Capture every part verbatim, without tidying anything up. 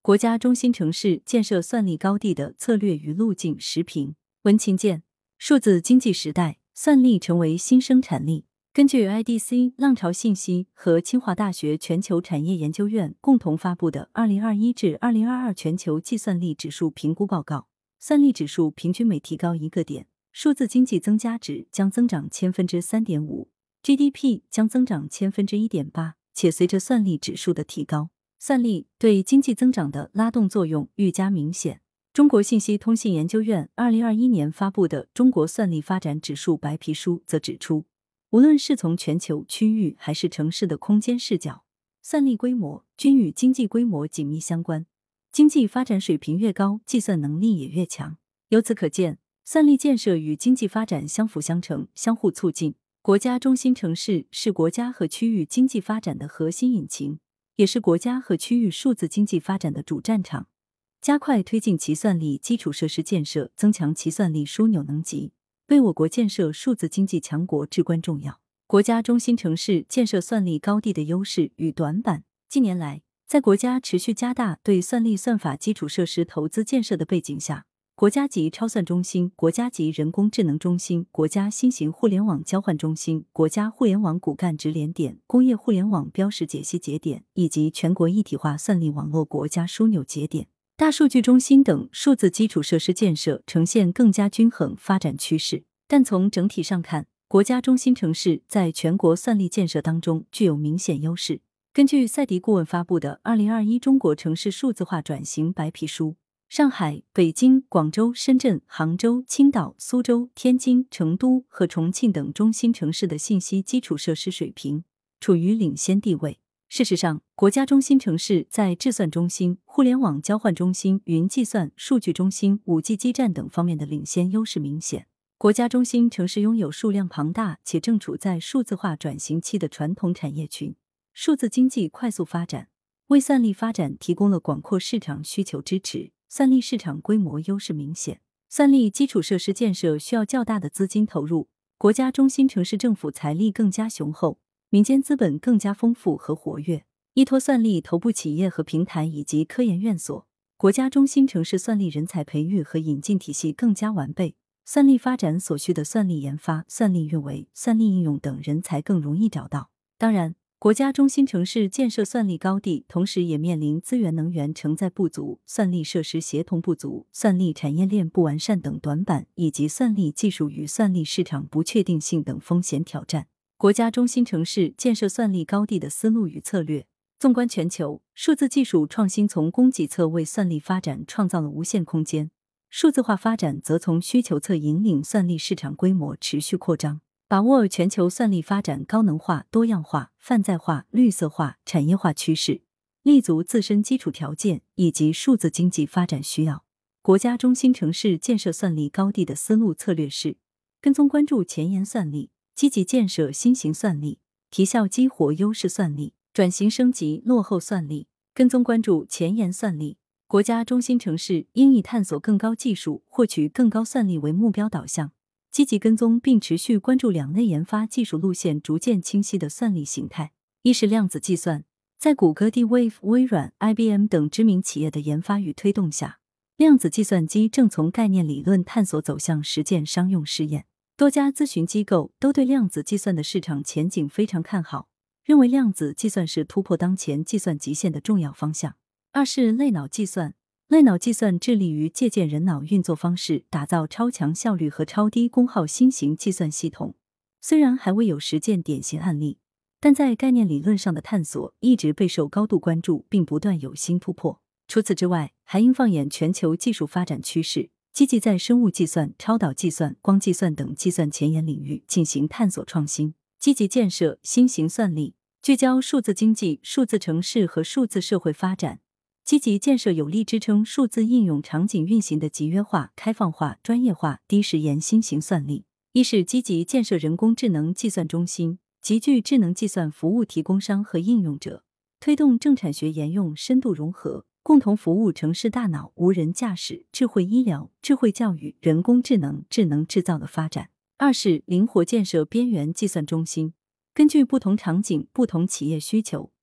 国家中心城市建设算力高地的策略与路径时评。文秦健。数字经济时代，算力成为新生产力。根据 I D C、浪潮信息和清华大学全球产业研究院共同发布的二零二一至二零二二全球计算力指数评估报告，算力指数平均每提高一个点，数字经济增加值将增长千分之三点五 ，G D P 将增长千分之一点八，且随着算力指数的提高，算力对经济增长的拉动作用愈加明显。中国信息通信研究院二零二一年发布的《中国算力发展指数白皮书》则指出，无论是从全球、区域还是城市的空间视角，算力规模均与经济规模紧密相关。经济发展水平越高，计算能力也越强。由此可见，算力建设与经济发展相辅相成，相互促进。国家中心城市是国家和区域经济发展的核心引擎，也是国家和区域数字经济发展的主战场。加快推进其算力基础设施建设，增强其算力枢纽能级，为我国建设数字经济强国至关重要。国家中心城市建设算力高地的优势与短板。近年来，在国家持续加大对算力算法基础设施投资建设的背景下，国家级超算中心、国家级人工智能中心、国家新型互联网交换中心、国家互联网骨干直连点、工业互联网标识解析节点以及全国一体化算力网络国家枢纽节点、大数据中心等数字基础设施建设呈现更加均衡发展趋势。但从整体上看，国家中心城市在全国算力建设当中具有明显优势。根据赛迪顾问发布的《二零二一中国城市数字化转型白皮书》，上海、北京、广州、深圳、杭州、青岛、苏州、天津、成都和重庆等中心城市的信息基础设施水平处于领先地位。事实上，国家中心城市在智算中心、互联网交换中心、云计算、数据中心、五 G 基站等方面的领先优势明显。国家中心城市拥有数量庞大且正处在数字化转型期的传统产业群，数字经济快速发展，为算力发展提供了广阔市场需求支持，算力市场规模优势明显。算力基础设施建设需要较大的资金投入，国家中心城市政府财力更加雄厚，民间资本更加丰富和活跃，依托算力头部企业和平台以及科研院所，国家中心城市算力人才培育和引进体系更加完备，算力发展所需的算力研发、算力运维、算力应用等人才更容易找到。当然，国家中心城市建设算力高地，同时也面临资源能源承载不足、算力设施协同不足、算力产业链不完善等短板，以及算力技术与算力市场不确定性等风险挑战。国家中心城市建设算力高地的思路与策略。纵观全球，数字技术创新从供给侧为算力发展创造了无限空间，数字化发展则从需求侧引领算力市场规模持续扩张。把握全球算力发展高能化、多样化、泛在化、绿色化、产业化趋势，立足自身基础条件以及数字经济发展需要，国家中心城市建设算力高地的思路策略是：跟踪关注前沿算力，积极建设新型算力，提效激活优势算力，转型升级落后算力。跟踪关注前沿算力，国家中心城市应以探索更高技术、获取更高算力为目标导向，积极跟踪并持续关注两类研发技术路线逐渐清晰的算力形态。一是量子计算，在谷歌、D-Wave、微软、I B M 等知名企业的研发与推动下，量子计算机正从概念理论探索走向实践商用试验。多家咨询机构都对量子计算的市场前景非常看好，认为量子计算是突破当前计算极限的重要方向。二是类脑计算，类脑计算致力于借鉴人脑运作方式，打造超强效率和超低功耗新型计算系统。虽然还未有实践典型案例，但在概念理论上的探索一直备受高度关注，并不断有新突破。除此之外，还应放眼全球技术发展趋势，积极在生物计算、超导计算、光计算等计算前沿领域进行探索创新，积极建设新型算力，聚焦数字经济、数字城市和数字社会发展，积极建设有力支撑数字应用场景运行的集约化、开放化、专业化、低时延新型算力。一是积极建设人工智能计算中心，集聚智能计算服务提供商和应用者，推动政产学研用深度融合，共同服务城市大脑、无人驾驶、智慧医疗、智慧教育、人工智能、智能制造的发展。二是灵活建设边缘计算中心，根据不同场景、不同企业需求，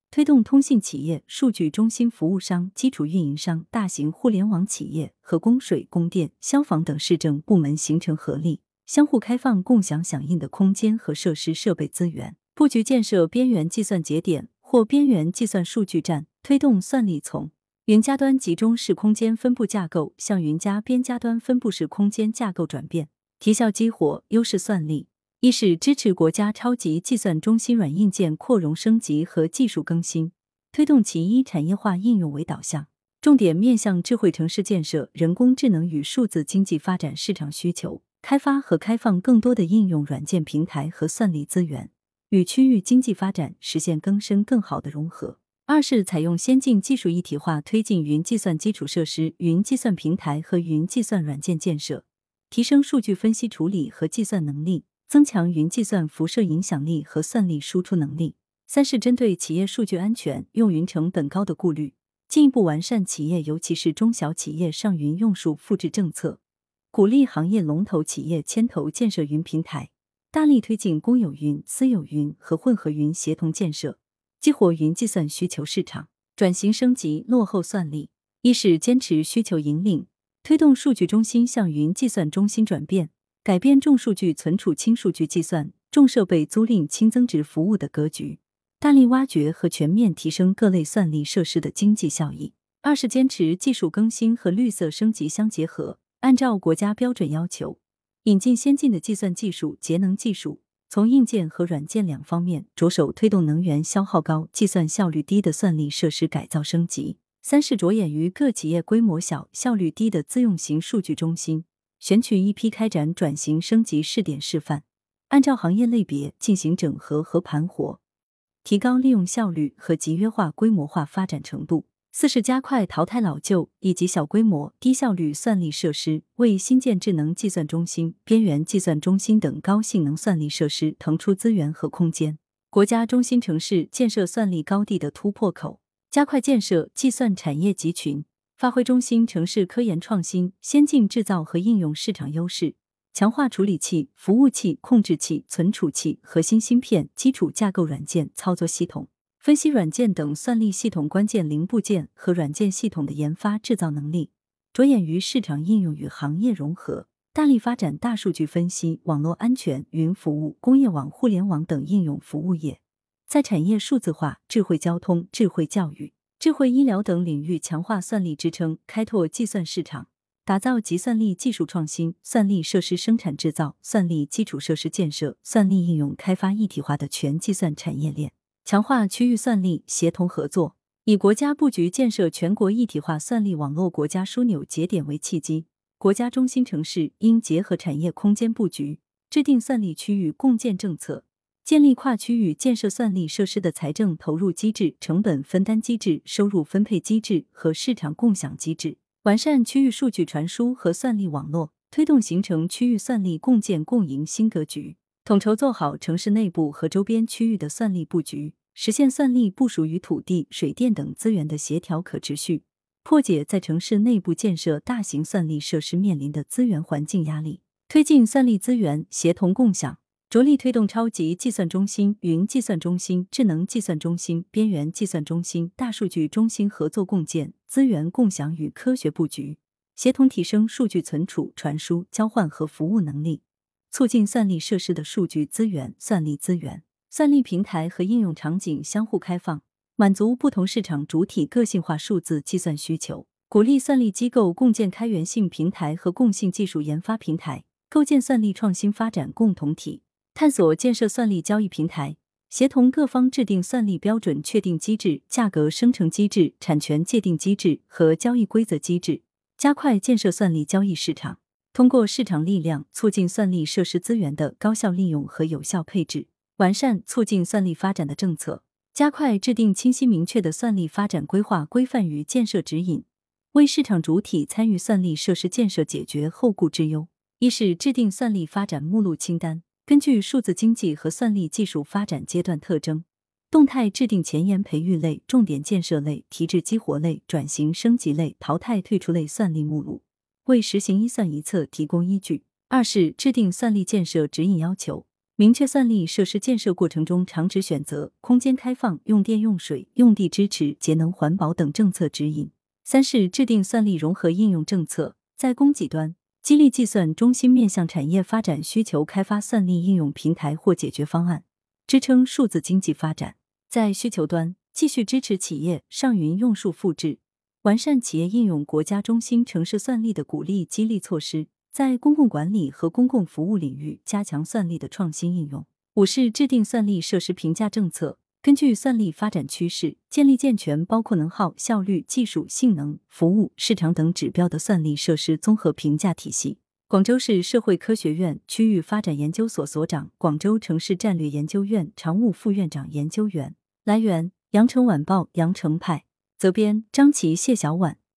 推动通信企业、数据中心服务商、基础运营商、大型互联网企业和供水、供电、消防等市政部门形成合力，相互开放、共享响应的空间和设施设备资源，布局建设边缘计算节点或边缘计算数据站，推动算力从云家端集中式空间分布架构向云家边家端分布式空间架构转变，提效激活优势算力。一是支持国家超级计算中心软硬件扩容升级和技术更新，推动其以产业化应用为导向，重点面向智慧城市建设、人工智能与数字经济发展市场需求，开发和开放更多的应用软件平台和算力资源，与区域经济发展实现更深更好的融合。二是采用先进技术一体化，推进云计算基础设施、云计算平台和云计算软件建设，提升数据分析处理和计算能力，增强云计算辐射影响力和算力输出能力。三是针对企业数据安全、用云成本高的顾虑，进一步完善企业尤其是中小企业上云用数复制政策，鼓励行业龙头企业牵头建设云平台，大力推进公有云、私有云和混合云协同建设，激活云计算需求市场，转型升级落后算力。一是坚持需求引领，推动数据中心向云计算中心转变，改变重数据存储轻数据计算、重设备租赁轻增值服务的格局，大力挖掘和全面提升各类算力设施的经济效益。二是坚持技术更新和绿色升级相结合，按照国家标准要求，引进先进的计算技术、节能技术，从硬件和软件两方面着手推动能源消耗高、计算效率低的算力设施改造升级。三是着眼于各企业规模小、效率低的自用型数据中心，选取一批开展转型升级试点示范，按照行业类别进行整合和盘活，提高利用效率和集约化规模化发展程度。四是加快淘汰老旧以及小规模、低效率算力设施，为新建智能计算中心、边缘计算中心等高性能算力设施腾出资源和空间。国家中心城市建设算力高地的突破口，加快建设计算产业集群，发挥中心城市科研创新、先进制造和应用市场优势，强化处理器、服务器、控制器、存储器、核心芯片、基础架构软件、操作系统、分析软件等算力系统关键零部件和软件系统的研发制造能力，着眼于市场应用与行业融合，大力发展大数据分析、网络安全、云服务、工业网、互联网等应用服务业，在产业数字化、智慧交通、智慧教育、智慧医疗等领域强化算力支撑，开拓计算市场，打造集算力技术创新、算力设施生产制造、算力基础设施建设、算力应用开发一体化的全计算产业链，强化区域算力协同合作，以国家布局建设全国一体化算力网络国家枢纽节点为契机，国家中心城市应结合产业空间布局，制定算力区域共建政策，建立跨区域建设算力设施的财政投入机制、成本分担机制、收入分配机制和市场共享机制，完善区域数据传输和算力网络，推动形成区域算力共建共赢新格局，统筹做好城市内部和周边区域的算力布局，实现算力部署与土地、水电等资源的协调可持续，破解在城市内部建设大型算力设施面临的资源环境压力，推进算力资源协同共享，着力推动超级计算中心、云计算中心、智能计算中心、边缘计算中心、大数据中心合作共建、资源共享与科学布局，协同提升数据存储、传输、交换和服务能力，促进算力设施的数据资源、算力资源、算力平台和应用场景相互开放，满足不同市场主体个性化数字计算需求，鼓励算力机构共建开源性平台和共性技术研发平台，构建算力创新发展共同体，探索建设算力交易平台，协同各方制定算力标准确定机制、价格生成机制、产权界定机制和交易规则机制，加快建设算力交易市场，通过市场力量促进算力设施资源的高效利用和有效配置，完善促进算力发展的政策，加快制定清晰明确的算力发展规划规范与建设指引，为市场主体参与算力设施建设解决后顾之忧。一是制定算力发展目录清单，根据数字经济和算力技术发展阶段特征，动态制定前沿培育类、重点建设类、提质激活类、转型升级类、淘汰退出类算力目录，为实行一算一策提供依据。二是制定算力建设指引要求， 明确算力设施建设过程中场址选择、空间开放、用电用水、用地支持、节能环保等政策指引。三是制定算力融合应用政策，在供给端激励计算中心面向产业发展需求开发算力应用平台或解决方案，支撑数字经济发展；在需求端继续支持企业上云用数复制，完善企业应用国家中心城市算力的鼓励激励措施，在公共管理和公共服务领域加强算力的创新应用。五是制定算力设施评价政策，根据算力发展趋势，建立健全包括能耗、效率、技术、性能、服务、市场等指标的算力设施综合评价体系。广州市社会科学院区域发展研究所所长、广州城市战略研究院常务副院长研究员。来源：羊城晚报羊城派，责编：张琪、谢小婉。